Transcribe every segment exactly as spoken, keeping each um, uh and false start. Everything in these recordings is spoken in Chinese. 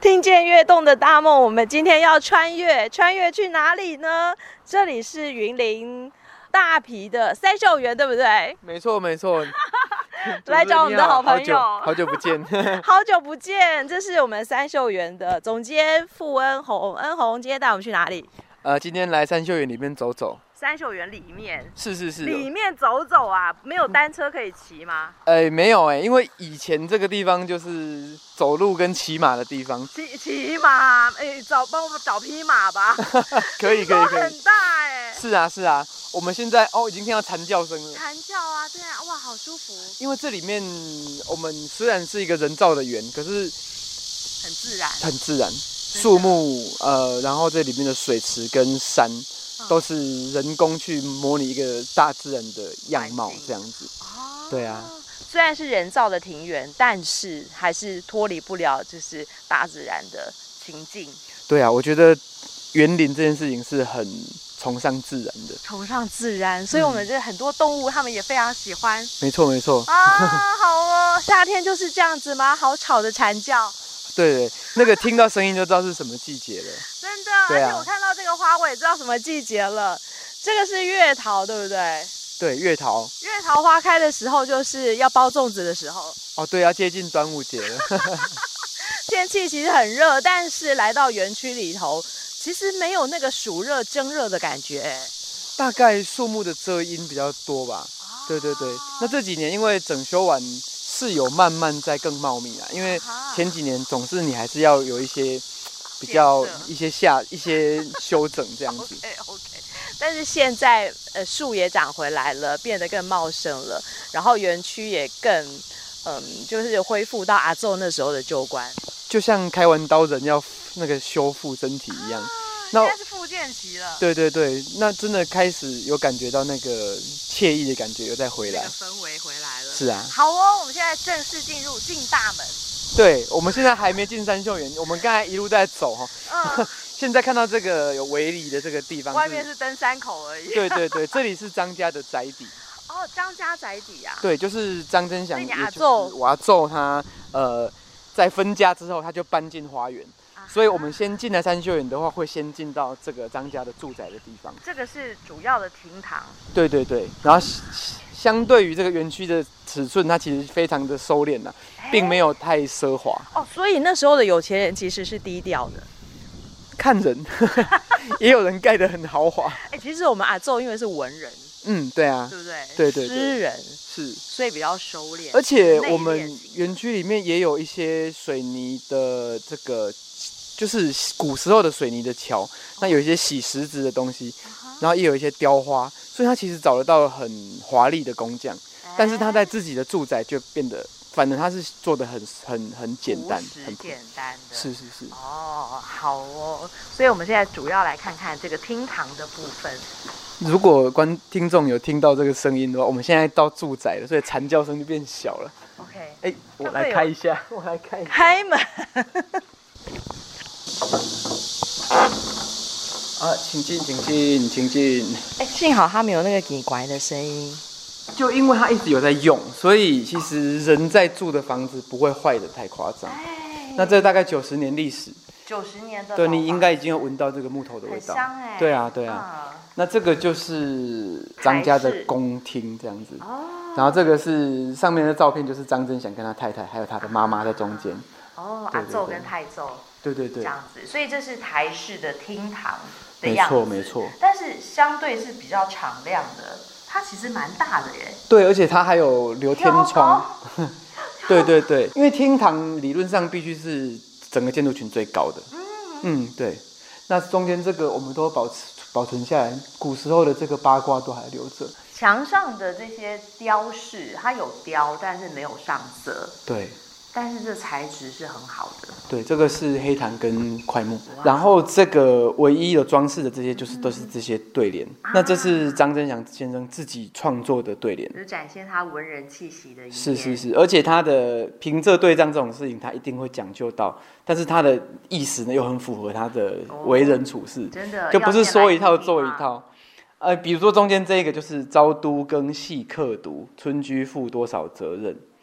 听见跃动的大梦，我们今天要穿越，穿越去哪里呢？这里是云林大皮的三秀园，对不对？ 没错，没错。 来找我们的好朋友， 好久好久不见， 好久不见。这是我们三秀园的总监傅恩宏，恩宏今天带我们去哪里？ 呃，今天来三秀园里面走走。 三秀园里面是是是， 里面走走啊，没有单车可以骑吗？ 哎、欸，没有哎、欸，因为以前这个地方就是走路跟骑马的地方。 骑骑马，哎、欸，找帮我们找匹马吧。 可以可以可以。 很大哎、欸。 是啊是啊，我们现在哦已经听到蝉叫声了。 蝉叫啊，对啊，哇，好舒服。 因为这里面我们虽然是一个人造的园，可是很自然， 很自然，树木呃，然后这里面的水池跟山。都是人工去模拟一个大自然的样貌，这样子。哦，对啊。 虽然是人造的庭园，但是还是脱离不了就是大自然的情境。 对啊，我觉得园林这件事情是很崇尚自然的， 崇尚自然，所以我们这很多动物他们也非常喜欢。 没错没错。 啊，好哦，夏天就是这样子吗？好吵的蝉叫。 对对，那个听到声音就知道是什么季节了。 真的， 对啊， 而且我看到这个花，我也知道什么季节了。这个是月桃，对不对？ 对，月桃。 月桃花开的时候，就是要包粽子的时候。 哦，对，要接近端午节了。 天气其实很热，但是来到园区里头，其实没有那个暑热蒸热的感觉。 大概树木的遮阴比较多吧。哦、对对对，那这几年因为整修完。是有慢慢在更茂密啊，因为前几年总是你还是要有一些比较一些下一些修整这样子。 OK OK， 但是现在呃树也长回来了，变得更茂盛了，然后园区也更嗯就是恢复到阿宙那时候的旧观， 就像开完刀人要那个修复身体一样。 啊、那现在是复健期了。 对对对，那真的开始有感觉到那个惬意的感觉有再回来， 那个氛围回来了。 是啊。 好哦，我们现在正式进入进大门。 对，我们现在还没进三秀园，我们刚才一路在走哈。嗯。现在看到这个有围篱的这个地方， 外面是登山口而已。 对对对，这里是张家的宅邸。 哦，张家宅邸啊。 对，就是张真祥， 也就是我要揍他。呃，在分家之后，他就搬进花园。所以我们先进来三秀园的话，会先进到这个张家的住宅的地方。 这个是主要的厅堂。 对对对，然后相对于这个园区的尺寸，它其实非常的收敛了，并没有太奢华。 哦，所以那时候的有钱人其实是低调的。 看人，也有人盖得很豪华。 哎，其实我们阿宙因为是文人， 嗯，对啊， 对不对？ 对对对， 诗人是， 所以比较收敛。 而且我们园区里面也有一些水泥的这个。就是古时候的水泥的桥，那有一些洗石子的东西，然后也有一些雕花，所以他其实找得到很华丽的工匠，但是他在自己的住宅就变得，反正他是做的很很很简单， 很简单的。 是是是。 哦，好哦，所以我们现在主要来看看这个厅堂的部分。 如果观听众有听到这个声音的话，我们现在到住宅了，所以蝉叫声就变小了。 OK， 哎、欸，我来开一下，我来开一下。 开门。 啊，请进，请进，请进。 哎，幸好他没有那个叽拐的声音。 就因为他一直有在用，所以其实人在住的房子不会坏得太夸张。哎，那这大概九十年历史。 九十年的。 对，你应该已经有闻到这个木头的味道。 很香哎。 对啊，对啊。嗯、那这个就是张家的公厅这样子。哦。然后这个是上面的照片，就是张真祥跟他太太还有他的妈妈在中间。 哦，阿宙跟太宙。 对对对， 这样子，所以这是台式的厅堂的样子， 没错没错。 但是相对是比较敞亮的，它其实蛮大的耶。 对，而且它还有留天窗。对对对，因为厅堂理论上必须是整个建筑群最高的。嗯嗯，对。那中间这个我们都保持保存下来，古时候的这个八卦都还留着。 墙上的这些雕饰，它有雕，但是没有上色。 对。 但是这材质是很好的。 对，这个是黑檀跟檜木，然后这个唯一的装饰的这些就是都是这些对联。嗯、那这是张真祥先生自己创作的对联， 就是展现他文人气息的一面。 是是是，而且他的平仄对仗这种事情，他一定会讲究到，但是他的意思呢又很符合他的为人处事，哦、 真的就不是说一套做一套。呃，比如说中间这个就是朝都更细刻读，村居负多少责任。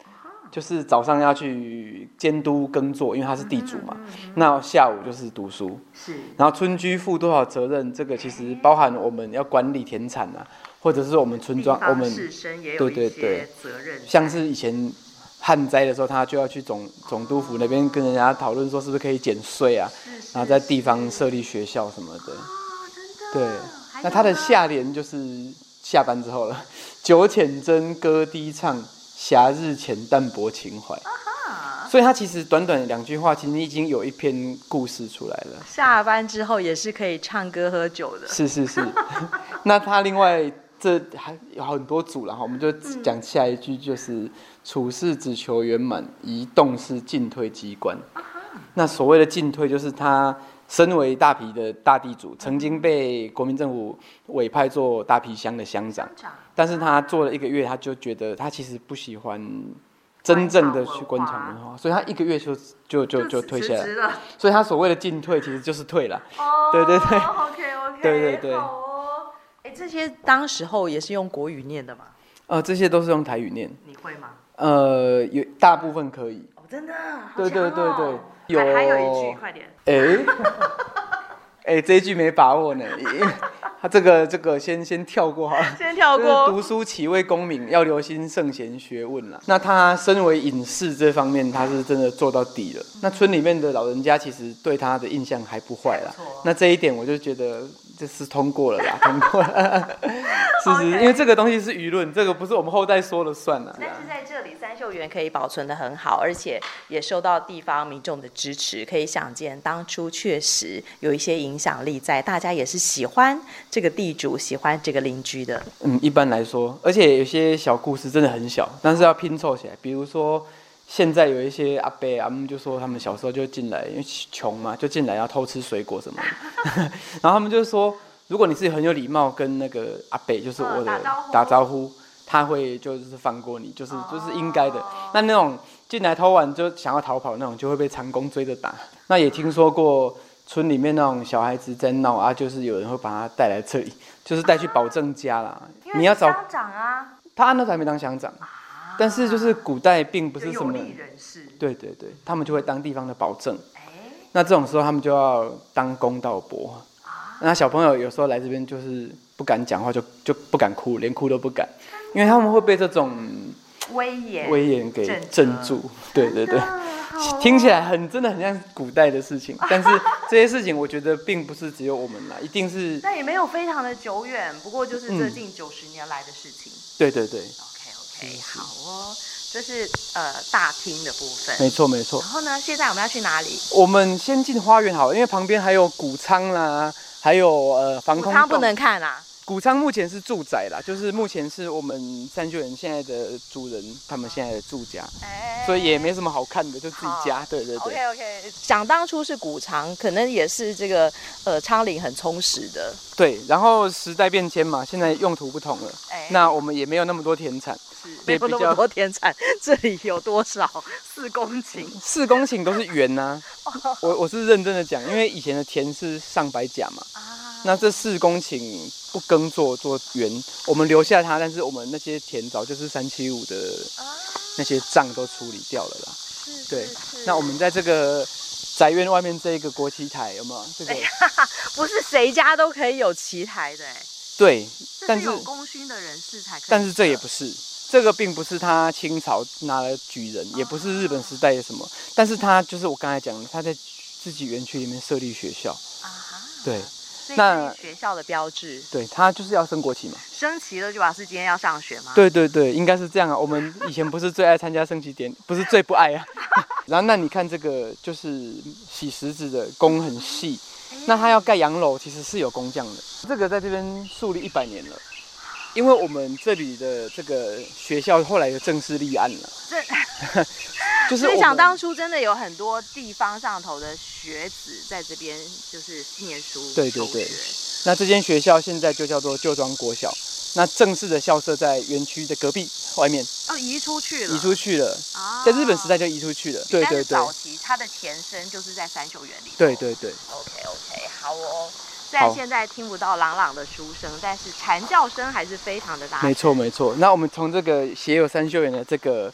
就是早上要去监督耕作，因为他是地主嘛。嗯嗯嗯、那下午就是读书。是。然后村居负多少责任？这个其实包含我们要管理田产啊，或者是我们村庄，我们对对对，像是以前旱灾的时候，他就要去总总督府那边跟人家讨论说，是不是可以减税啊？是是是然后在地方设立学校什么的。哦，真的。对。那他的下联就是下班之后了，酒浅斟歌低唱。夏日前淡泊情怀，所以他其实短短两句话，其实已经有一篇故事出来了。 下班之后也是可以唱歌喝酒的。 是是是，那他另外这还有很多组了哈，我们就讲下一句，就是处事只求圆满，移动是进退机关。那所谓的进退，就是他身为大皮的大地主，曾经被国民政府委派做大皮乡的乡长。但是他做了一个月，他就觉得他其实不喜欢真正的去官场文化，所以他一个月就就就就退下来。所以他所谓的进退其实就是退了。哦，对对对 ，OK OK， 对对对。 好哦，哎，这些当时候也是用国语念的吗？ 呃，这些都是用台语念。 你会吗？ 呃，有大部分可以。 哦，真的？ 对对对对， 有。还有一句，快点。 哎，哎，这一句没把握呢。他这个这个先先跳过好了， 先跳过。 读书岂为功名，要留心圣贤学问啦。那他身为隐士这方面，他是真的做到底了。那村里面的老人家其实对他的印象还不坏啦。那这一点我就觉得这是通过了啦，通过了。是是，因为这个东西是舆论，这个不是我们后代说了算啦。 但是在这里，三秀园可以保存得很好，而且也受到地方民众的支持，可以想见当初确实有一些影响力在，大家也是喜欢这个地主，喜欢这个邻居的。 嗯，一般来说，而且有些小故事真的很小，但是要拼凑起来。比如说，现在有一些阿伯阿姆就说他们小时候就进来，因为穷嘛，就进来要偷吃水果什么的，然后他们就说，如果你是很有礼貌跟那个阿伯，就是我的打招呼，他会就是放过你，就是就是应该的。那那种进来偷完就想要逃跑那种，就会被长工追着打。那也听说过村里面那种小孩子在闹啊，就是有人会把他带来这里，就是带去保证家啦。 你要找乡长啊， 他那时候还没当乡长，啊、但是就是古代并不是什么有利人士， 对对对，他们就会当地方的保证。欸、那这种时候他们就要当公道伯。那小朋友有时候来这边就是不敢讲话，就就不敢哭，连哭都不敢，因为他们会被这种威严威严给镇住。对对对，听起来很真的很像古代的事情，但是这些事情我觉得并不是只有我们啦，一定是。 但也没有非常的久远，不过就是这近九十年来的事情。 嗯、对对对。 OK OK， 好哦。这是呃大厅的部分， 没错没错。 然后呢，现在我们要去哪里？ 我们先进花园好了，因为旁边还有谷仓啦，还有呃防空洞。 谷仓不能看啊。 谷仓目前是住宅啦，就是目前是我们三秀园现在的主人他们现在的住家，欸、所以也没什么好看的，就自己家。对对对。 OK OK， 想当初是谷仓，可能也是这个呃昌陵很充实的。 对，然后时代变迁嘛，现在用途不同了，欸、那我们也没有那么多田产。 没有那么多田产，这里有多少？四公顷。 四公顷都是园呐、啊。我我是认真的讲，因为以前的田是上百甲嘛。啊、那这四公顷不耕作做园，我们留下它，但是我们那些田早就是三七五的那些账都处理掉了啦。是对，那我们在这个宅院外面这个国旗台有没有？这个、哎、 不是谁家都可以有旗台的哎。 对， 但是有功勋的人士才可以。 但是这也不是。这个并不是他清朝拿了举人，也不是日本时代的什么，但是他就是我刚才讲的，他在自己园区里面设立学校，啊哈，对， 那学校的标志， 对，他就是要升国旗嘛， 升旗了就表示今天要上学吗？ 对对对，应该是这样啊。我们以前不是最爱参加升旗典，不是最不爱啊。然后那你看这个就是洗石子的工很细，那他要盖洋楼其实是有工匠的，这个在这边树立一百年了。因为我们这里的这个学校后来就正式立案了，就是所以想当初真的有很多地方上头的学子在这边就是念书。 对对对，那这间学校现在就叫做旧庄国小，那正式的校舍在园区的隔壁外面。 哦，移出去了。 移出去了，哦、在日本时代就移出去了。对对对。 早期它的前身就是在三秀园里。 对对对。 OK OK， 好哦。虽然现在听不到朗朗的书声，但是蝉叫声还是非常的大。 没错没错。那我们从这个写有三秀园的这个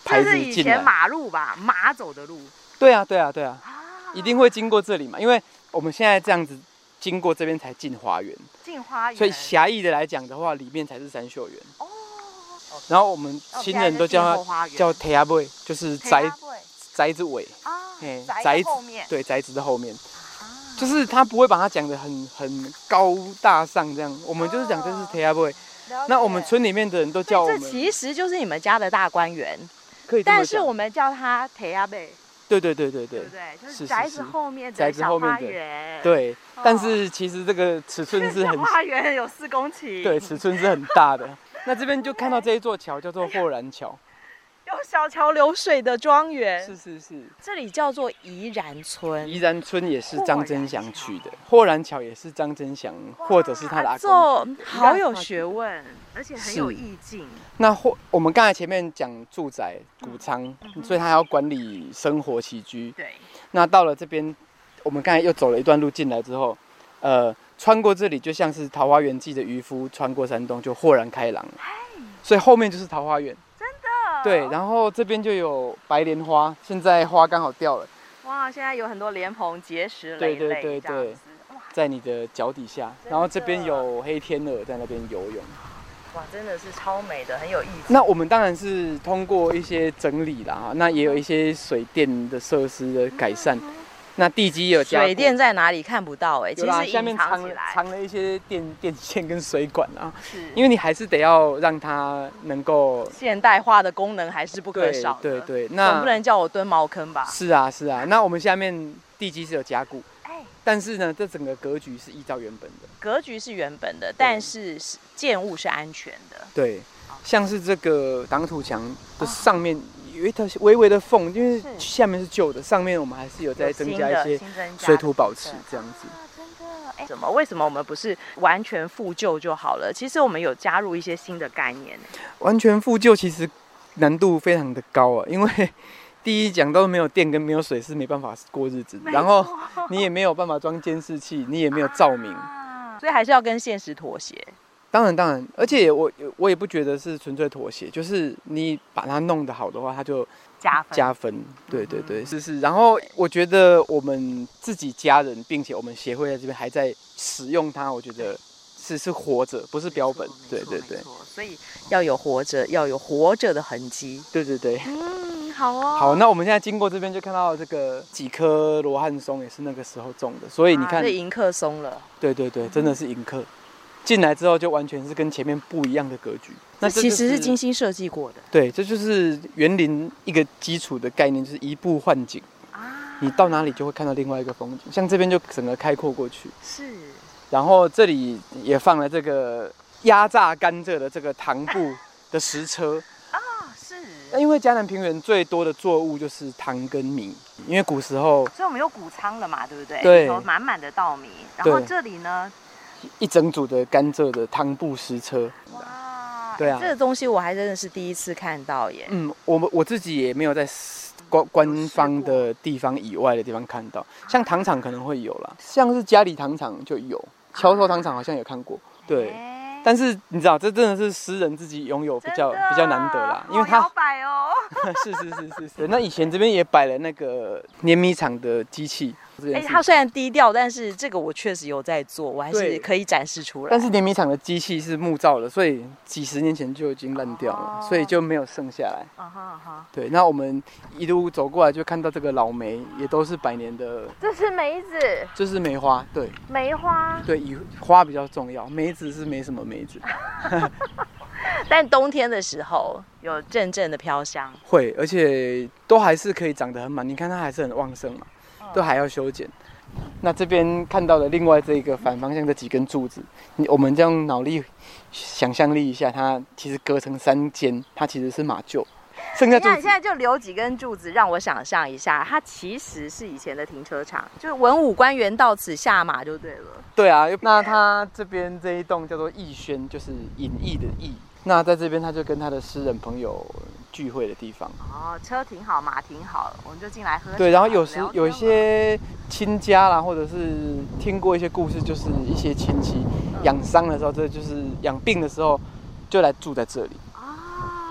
牌子这是以进来。 前马路吧，马走的路。 对啊，对啊，对啊， 啊一定会经过这里嘛，因为我们现在这样子经过这边才进花园， 进花园。 所以狭义的来讲的话，里面才是山秀园。 哦。 然后我们亲人都叫它叫铁鸭尾，就是宅宅子尾啊， 嘿宅子后面， 对，宅子的后面，就是他不会把它讲得很很高大上这样，我们就是讲这是铁鸭尾。那我们村里面的人都叫我们， 这其实就是你们家的大观园， 可以这么讲， 但是我们叫它铁鸭尾。 对对对对对， 对不对？就是宅子后面的小花园。 对，但是其实这个尺寸是很， 花园有四公顷， 对，尺寸是很大的。那这边就看到这一座桥，叫做豁然桥， 有小桥流水的庄园。 是是是， 这里叫做宜然村。 宜然村也是张真祥取的，豁然桥也是张真祥或者是他的阿公。 好有学问，而且很有意境。 那或我们刚才前面讲住宅谷仓，嗯、所以他还要管理生活起居。 对。 那到了这边，我们刚才又走了一段路进来之后，呃。穿过这里就像是《桃花源记》的渔夫穿过山洞就豁然开朗了，所以后面就是桃花源， 真的。 对，然后这边就有白莲花，现在花刚好掉了。 哇，现在有很多莲蓬结实累累， 对对对对，在你的脚底下，然后这边有黑天鹅在那边游泳。 哇，真的是超美的，很有意思。 那我们当然是通过一些整理啦，那也有一些水电的设施的改善。嗯那地基也有加固。 水电在哪里看不到哎、欸， 其实下面藏了藏了一些电电线跟水管啊，是，因为你还是得要让它能够现代化的功能还是不可少的。 对对对，那总不能叫我蹲茅坑吧？ 是啊是啊，那我们下面地基是有加固，哎，但是呢，这整个格局是依照原本的。 格局是原本的，但是建物是安全的。 对，像是这个挡土墙的上面。有一条微微的缝，因为下面是旧的，上面我们还是有在增加一些水土保持这样子。 啊、真的？哎，怎么？为什么我们不是完全复旧就好了？其实我们有加入一些新的概念。 完全复旧其实难度非常的高啊，因为第一讲到没有电跟没有水是没办法过日子，然后你也没有办法装监视器，你也没有照明， 啊、所以还是要跟现实妥协。 当然，当然，而且我我也不觉得是纯粹妥协，就是你把它弄得好的话，它就加分。 加分，对对对，是是。然后我觉得我们自己家人，并且我们协会在这边还在使用它，我觉得是是活着，不是标本。对对对。 所以要有活着，要有活着的痕迹。 对对对。 嗯，好哦。 好，那我们现在经过这边就看到这个几棵罗汉松，也是那个时候种的，所以你看， 是迎客松了。 对对对，真的是迎客。进来之后就完全是跟前面不一样的格局， 那其实是精心设计过的。 对，这就是园林一个基础的概念，就是移步换景啊。你到哪里就会看到另外一个风景，像这边就整个开阔过去。 是。 然后这里也放了这个压榨甘蔗的这个糖布的石车啊，是。 因为嘉南平原最多的作物就是糖跟米，因为古时候， 所以我们有谷仓了嘛，对不对？ 对， 有满满的稻米，然后这里呢。 一整组的甘蔗的汤布石车， 哇， 对啊， 这个东西我还真的是第一次看到耶。 嗯，我我自己也没有在官官方的地方以外的地方看到，像糖厂可能会有啦，像是嘉里糖厂就有，桥头糖厂好像有看过，对。但是你知道，这真的是私人自己拥有比较比较难得啦，因为它摇摆哦， 是是是是是。那以前这边也摆了那个碾米厂的机器。 哎、欸，它虽然低调，但是这个我确实有在做，我还是可以展示出来。 但是碾米厂的机器是木造的，所以几十年前就已经烂掉了，哦、所以就没有剩下来。啊哈啊哈。对，那我们一路走过来就看到这个老梅，也都是百年的。 这是梅子。 这是梅花，对。 梅花。 对，以花比较重要，梅子是没什么梅子。 但冬天的时候有阵阵的飘香。 会，而且都还是可以长得很满，你看它还是很旺盛嘛。都还要修剪。那这边看到的另外这个反方向的几根柱子，我们这样脑力想象力一下，它其实隔成三间，它其实是马厩。剩下柱子， 你现在就留几根柱子，让我想象一下，它其实是以前的停车场，就是文武官员到此下马就对了。 对啊，那它这边这一栋叫做逸轩，就是隐逸的逸。那在这边他就跟他的诗人朋友聚会的地方。 哦，车停好，马停好，我们就进来喝。 对，然后有时有一些亲家啦，或者是听过一些故事，就是一些亲戚养伤的时候，这就是养病的时候，就来住在这里。哦，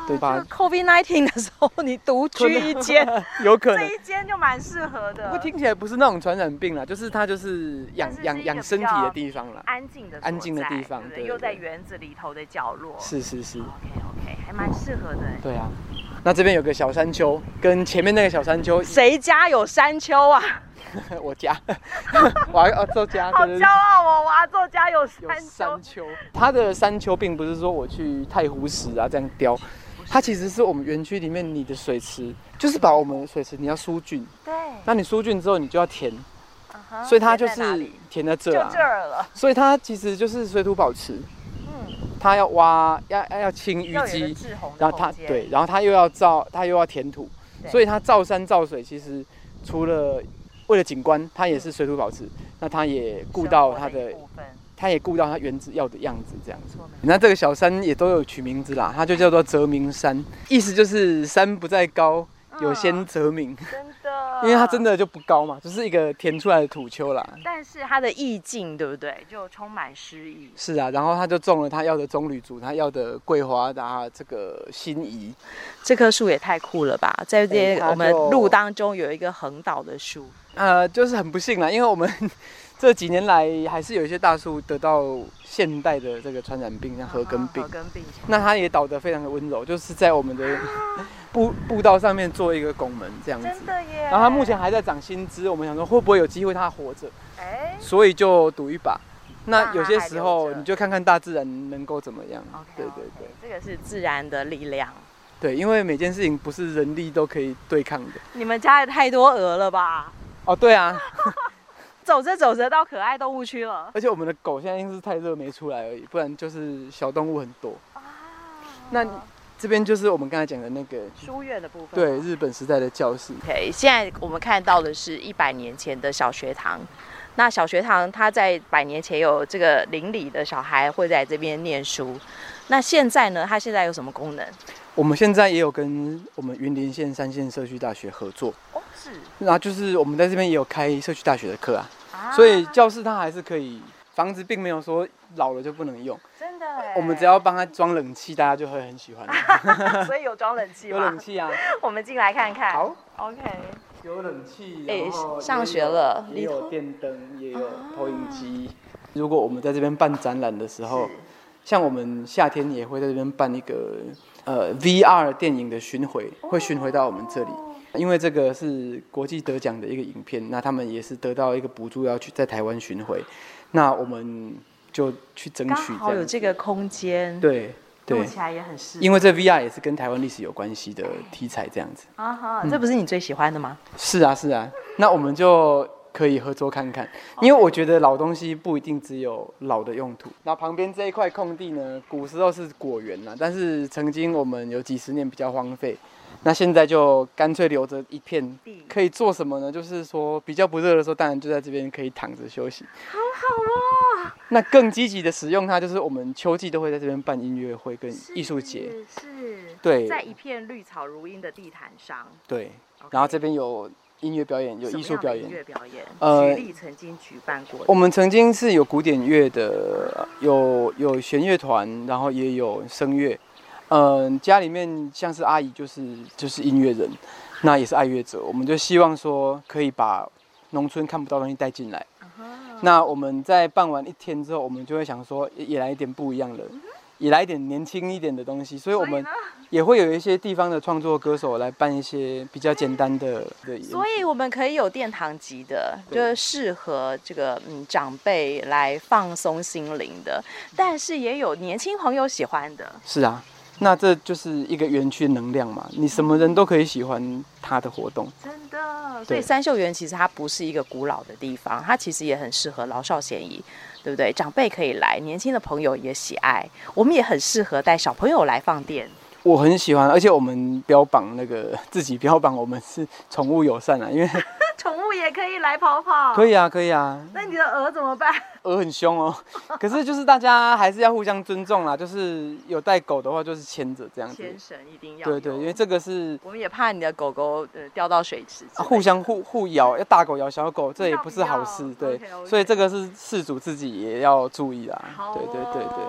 对吧 ？COVID 十九 的时候，你独居一间， 有可能这一间就蛮适合的。 不过听起来不是那种传染病啦，就是它就是养养养身体的地方啦， 安静的安静的地方， 对，又在园子里头的角落。 是是是 ，OK OK， 还蛮适合的。 对啊，那这边有个小山丘，跟前面那个小山丘， 谁家有山丘啊？ 我家，我阿做家， 好骄傲哦！我阿做家有山丘。 山丘，它的山丘并不是说我去太湖石啊这样雕，它其实是我们园区里面你的水池，就是把我们的水池你要疏浚， 对， 那你疏浚之后你就要填， uh-huh, 所以它就是填在这啊， 就这儿了。 所以它其实就是水土保持，嗯，它要挖要要清淤积，然后它对，然后它又要造，它又要填土，所以它造山造水其实除了为了景观，它也是水土保持，那它也顾到它的，它也顾到它原子要的样子这样子。那这个小山也都有取名字啦，它就叫做泽明山，意思就是山不在高，有先泽明。真的，因为它真的就不高嘛，就是一个填出来的土丘啦。 但是它的意境，对不对？就充满诗意。 是啊，然后他就种了他要的棕榈竹，他要的桂花，然后这个辛夷。 这棵树也太酷了吧！在这我们路当中有一个横倒的树。 呃，就是很不幸啦，因为我们这几年来还是有一些大树得到现代的这个传染病，像禾根病。禾根病。那它也倒得非常的温柔，就是在我们的步步道上面做一个拱门这样子。真的耶！然后它目前还在长新枝，我们想说会不会有机会它活着？哎。所以就赌一把。那有些时候你就看看大自然能够怎么样。 Okay, 对对对，这个是自然的力量。 对，因为每件事情不是人力都可以对抗的。 你们家也太多鹅了吧？ 哦，对啊， 走着走着到可爱动物区了。 而且我们的狗现在因为是太热没出来而已，不然就是小动物很多。啊，那这边就是我们刚才讲的那个书院的部分。 对，日本时代的教室。 OK， 现在我们看到的是一百年前的小学堂。那小学堂它在百年前有这个邻里的小孩会在这边念书。那现在呢？它现在有什么功能？ 我们现在也有跟我们云林县三线社区大学合作。哦，是。然后就是我们在这边也有开社区大学的课啊，啊所以教室它还是可以。房子并没有说老了就不能用，真的哎。我们只要帮它装冷气，大家就会很喜欢。 所以有装冷气吗？ 有冷气啊。 我们进来看看。好 ，OK。 有冷气， 哎，上学了， 也有电灯，也有投影机。如果我们在这边办展览的时候，像我们夏天也会在这边办一个呃 V R 电影的巡回，会巡回到我们这里。因为这个是国际得奖的一个影片，那他们也是得到一个补助，要去在台湾巡回，那我们就去争取。刚好有这个空间， 对，对， 用起来也很适合。 因为这 V R 也是跟台湾历史有关系的题材，这样子。 啊哈，嗯、这不是你最喜欢的吗？ 是啊，是啊，那我们就可以合作看看，因为我觉得老东西不一定只有老的用途。那旁边这一块空地呢，古时候是果园啦，但是曾经我们有几十年比较荒废。那现在就干脆留着一片，可以做什么呢？就是说比较不热的时候，当然就在这边可以躺着休息。 好好哦。 那更积极的使用它，就是我们秋季都会在这边办音乐会跟艺术节。 是。是对。 在一片绿草如茵的地毯上。 对。Okay. 然后这边有音乐表演，有艺术表演。音乐表演。呃，举例曾经举办过的。 我们曾经是有古典乐的，有有弦乐团，然后也有声乐。嗯，家里面像是阿姨就是就是音乐人，那也是爱乐者，我们就希望说可以把农村看不到的东西带进来。Uh-huh. 那我们在办完一天之后，我们就会想说也，也来一点不一样的， uh-huh. 也来一点年轻一点的东西，所以我们也会有一些地方的创作歌手来办一些比较简单的的。 所以我们可以有殿堂级的，就是适合这个嗯长辈来放松心灵的，但是也有年轻朋友喜欢的。 是啊。那这就是一个园区的能量嘛，你什么人都可以喜欢它的活动。 真的，所以三秀园其实它不是一个古老的地方，它其实也很适合老少咸宜，对不对？长辈可以来，年轻的朋友也喜爱，我们也很适合带小朋友来放电。 我很喜欢，而且我们标榜那个自己标榜我们是宠物友善啊，因为宠物也可以来跑跑。 可以啊，可以啊。 那你的鹅怎么办？ 鹅很凶哦，可是就是大家还是要互相尊重啦。就是有带狗的话，就是牵着这样子。 牵绳一定要。 对对，因为这个是我们也怕你的狗狗呃掉到水池。 啊、互相互互咬，要大狗咬小狗，这也不是好事。对， okay, okay. 所以这个是饲主自己也要注意啦。 好、哦， 对对对对。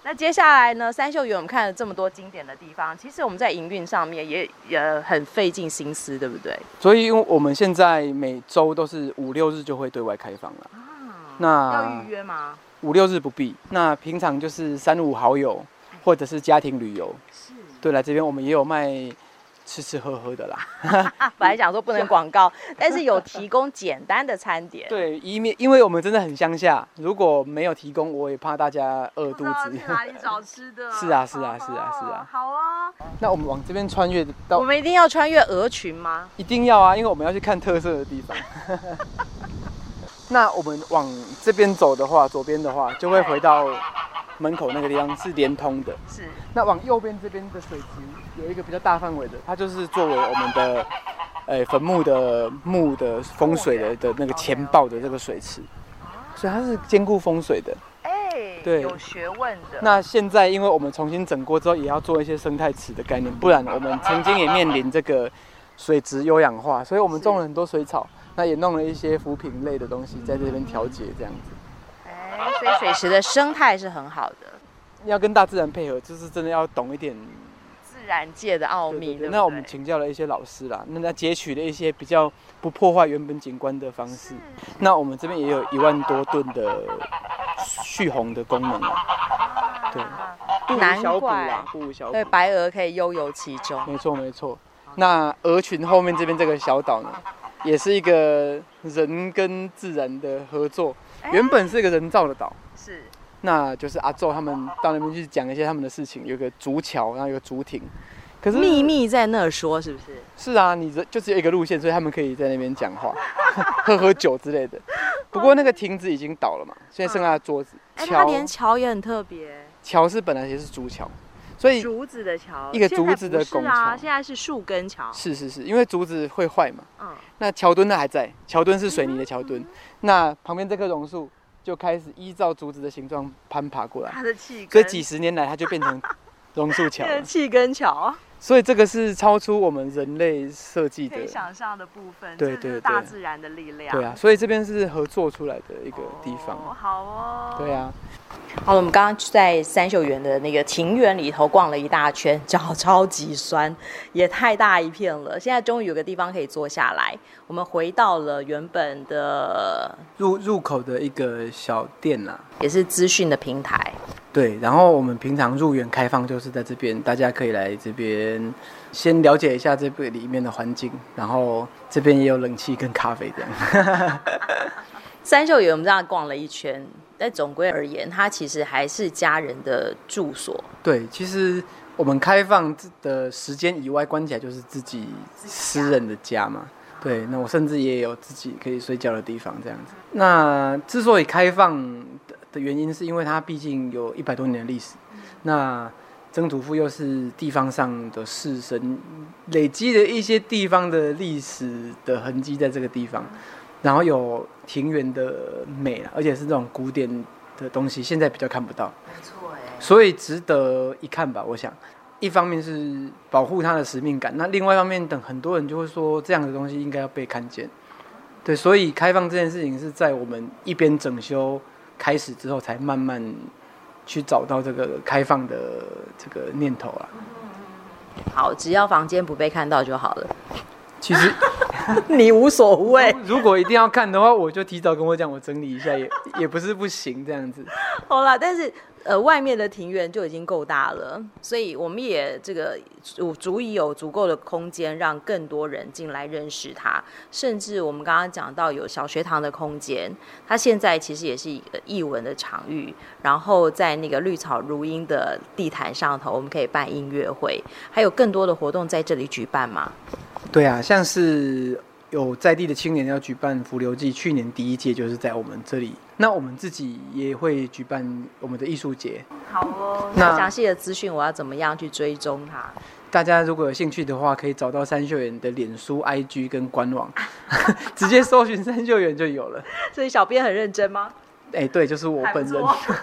那接下来呢，三秀园我们看了这么多经典的地方，其实我们在营运上面也也很费尽心思，对不对？ 所以因为我们现在每周都是五六日就会对外开放了。 啊， 那要预约吗？ 五六日不必。那平常就是三五好友或者是家庭旅游， 是， 对，来这边我们也有卖吃吃喝喝的啦。 本来讲说不能广告，但是有提供简单的餐点。 对，以免因为我们真的很乡下，如果没有提供，我也怕大家饿肚子。 不知道去哪里找吃的？ 是啊，是啊，是啊，是啊。 好啊。 那我们往这边穿越到， 我们一定要穿越鹅群吗？ 一定要啊，因为我们要去看特色的地方。那我们往这边走的话，左边的话就会回到门口那个地方是连通的。 是。 那往右边这边的水池有一个比较大范围的，它就是作为我们的，呃，坟墓的墓的风水的的那个前报的这个水池，所以它是兼顾风水的。 哎， 对， 有学问的。 那现在因为我们重新整过之后，也要做一些生态池的概念，不然我们曾经也面临这个水质优氧化，所以我们种了很多水草。那也弄了一些浮萍类的东西在这边调节，这样子。 哎，所以水池的生态是很好的。 要跟大自然配合，就是真的要懂一点自然界的奥秘。对对对对对， 那我们请教了一些老师啦，那他截取了一些比较不破坏原本景观的方式。那我们这边也有一万多吨的蓄洪的功能啊。对，不无小补啦，不无小补。 对，白鹅可以悠游其中。 没错没错。那鹅群后面这边这个小岛呢？也是一个人跟自然的合作，原本是一个人造的岛， 是， 那就是阿宙他们到那边去讲一些他们的事情，有个竹桥，然后有个竹亭，可是秘密在那儿说，是不是？ 是啊，你就只有一个路线，所以他们可以在那边讲话、喝喝酒之类的。不过那个亭子已经倒了嘛，现在剩下桌子。 哎、嗯，它连桥也很特别。 桥是本来也是竹桥。所以竹子的桥， 一个竹子的拱桥， 啊，现在是树根桥。 是是是，因为竹子会坏嘛。 嗯。 那桥墩呢还在，桥墩是水泥的桥墩。嗯、那旁边这棵榕树就开始依照竹子的形状攀爬过来。 它的气根。 所以几十年来，它就变成榕树桥了。 气根桥。 所以这个是超出我们人类设计的， 可以想象的部分。 对对对， 大自然的力量。 对啊，所以这边是合作出来的一个地方。 哦，好哦。 对啊。 好了，我们刚刚在三秀园的那个庭园里头逛了一大圈，脚超级酸，也太大一片了。现在终于有个地方可以坐下来。我们回到了原本的入入口的一个小店啦， 也是资讯的平台。 对，然后我们平常入园开放就是在这边，大家可以来这边先了解一下这个里面的环境，然后这边也有冷气跟咖啡这样。 三秀园我们这样逛了一圈。但总归而言，它其实还是家人的住所。 对，其实我们开放的时间以外，关起来就是自己私人的家嘛。对，那我甚至也有自己可以睡觉的地方，这样子。那之所以开放的原因，是因为它毕竟有一百多年的历史。那曾祖父又是地方上的士绅，累积了一些地方的历史的痕迹在这个地方。然后有庭园的美，而且是这种古典的东西，现在比较看不到。 没错哎， 所以值得一看吧。我想，一方面是保护它的使命感，那另外一方面，等很多人就会说，这样的东西应该要被看见。对，所以开放这件事情是在我们一边整修开始之后，才慢慢去找到这个开放的这个念头啦。 好，只要房间不被看到就好了。 其实你无所谓。 如果一定要看的话，我就提早跟我讲，我整理一下也也不是不行，这样子。 好啦，但是呃，外面的庭园就已经够大了，所以我们也这个足足以有足够的空间，让更多人进来认识它。甚至我们刚刚讲到有小学堂的空间，它现在其实也是一个艺文的场域。然后在那个绿草如茵的地毯上头，我们可以办音乐会，还有更多的活动在这里举办吗？ 对啊，像是有在地的青年要举办浮流祭，去年第一届就是在我们这里。那我们自己也会举办我们的艺术节。 好哦，那详细的资讯我要怎么样去追踪它？ 大家如果有兴趣的话，可以找到三秀园的脸书、I G 跟官网，直接搜寻三秀园就有了。 所以小编很认真吗？ 哎、欸，对，就是我本人。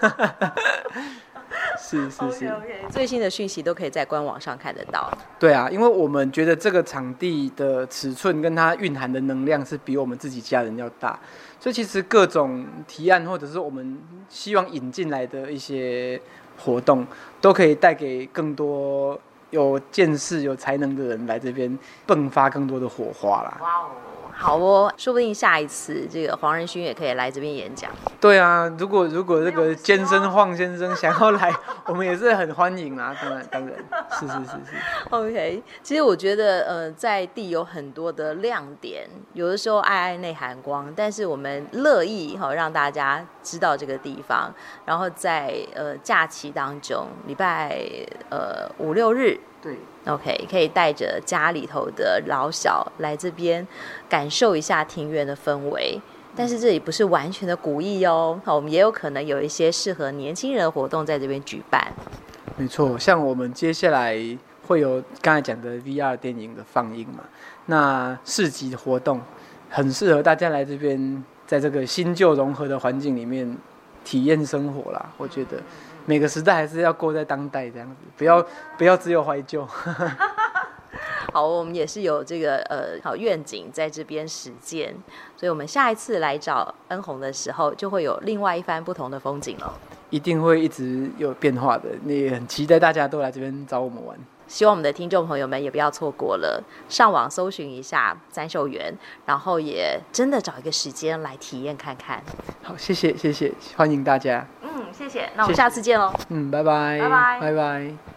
是是是 okay, okay. 最新的讯息都可以在官网上看得到。 对啊，因为我们觉得这个场地的尺寸跟它蕴含的能量是比我们自己家人要大，所以其实各种提案或者是我们希望引进来的一些活动，都可以带给更多有见识、有才能的人来这边迸发更多的火花啦。 哇哦！好哦，说不定下一次这个黄仁勋也可以来这边演讲。 对啊，如果如果这个健身晃先生想要来，我们也是很欢迎啦。当然当然，是是是是。 OK， 其实我觉得呃，在地有很多的亮点，有的时候爱爱内含光，但是我们乐意哈、哦、让大家知道这个地方，然后在呃假期当中，礼拜呃五六日。 对 ，OK， 可以带着家里头的老小来这边感受一下庭园的氛围，但是这里不是完全的古意哦，我们也有可能有一些适合年轻人的活动在这边举办。 没错，像我们接下来会有刚才讲的 V R 电影的放映嘛，那市集的活动很适合大家来这边，在这个新旧融合的环境里面体验生活啦，我觉得。每个时代还是要过在当代这样子，不要不要只有怀旧。 好，我们也是有这个呃好愿景在这边实践，所以我们下一次来找恩宏的时候，就会有另外一番不同的风景了。 一定会一直有变化的，也很期待大家都来这边找我们玩。 希望我们的听众朋友们也不要错过了，上网搜寻一下三秀园，然后也真的找一个时间来体验看看。 好，谢谢谢谢，欢迎大家。 嗯，谢谢，那我们下次见喽。 嗯，拜拜， 拜拜， 拜拜。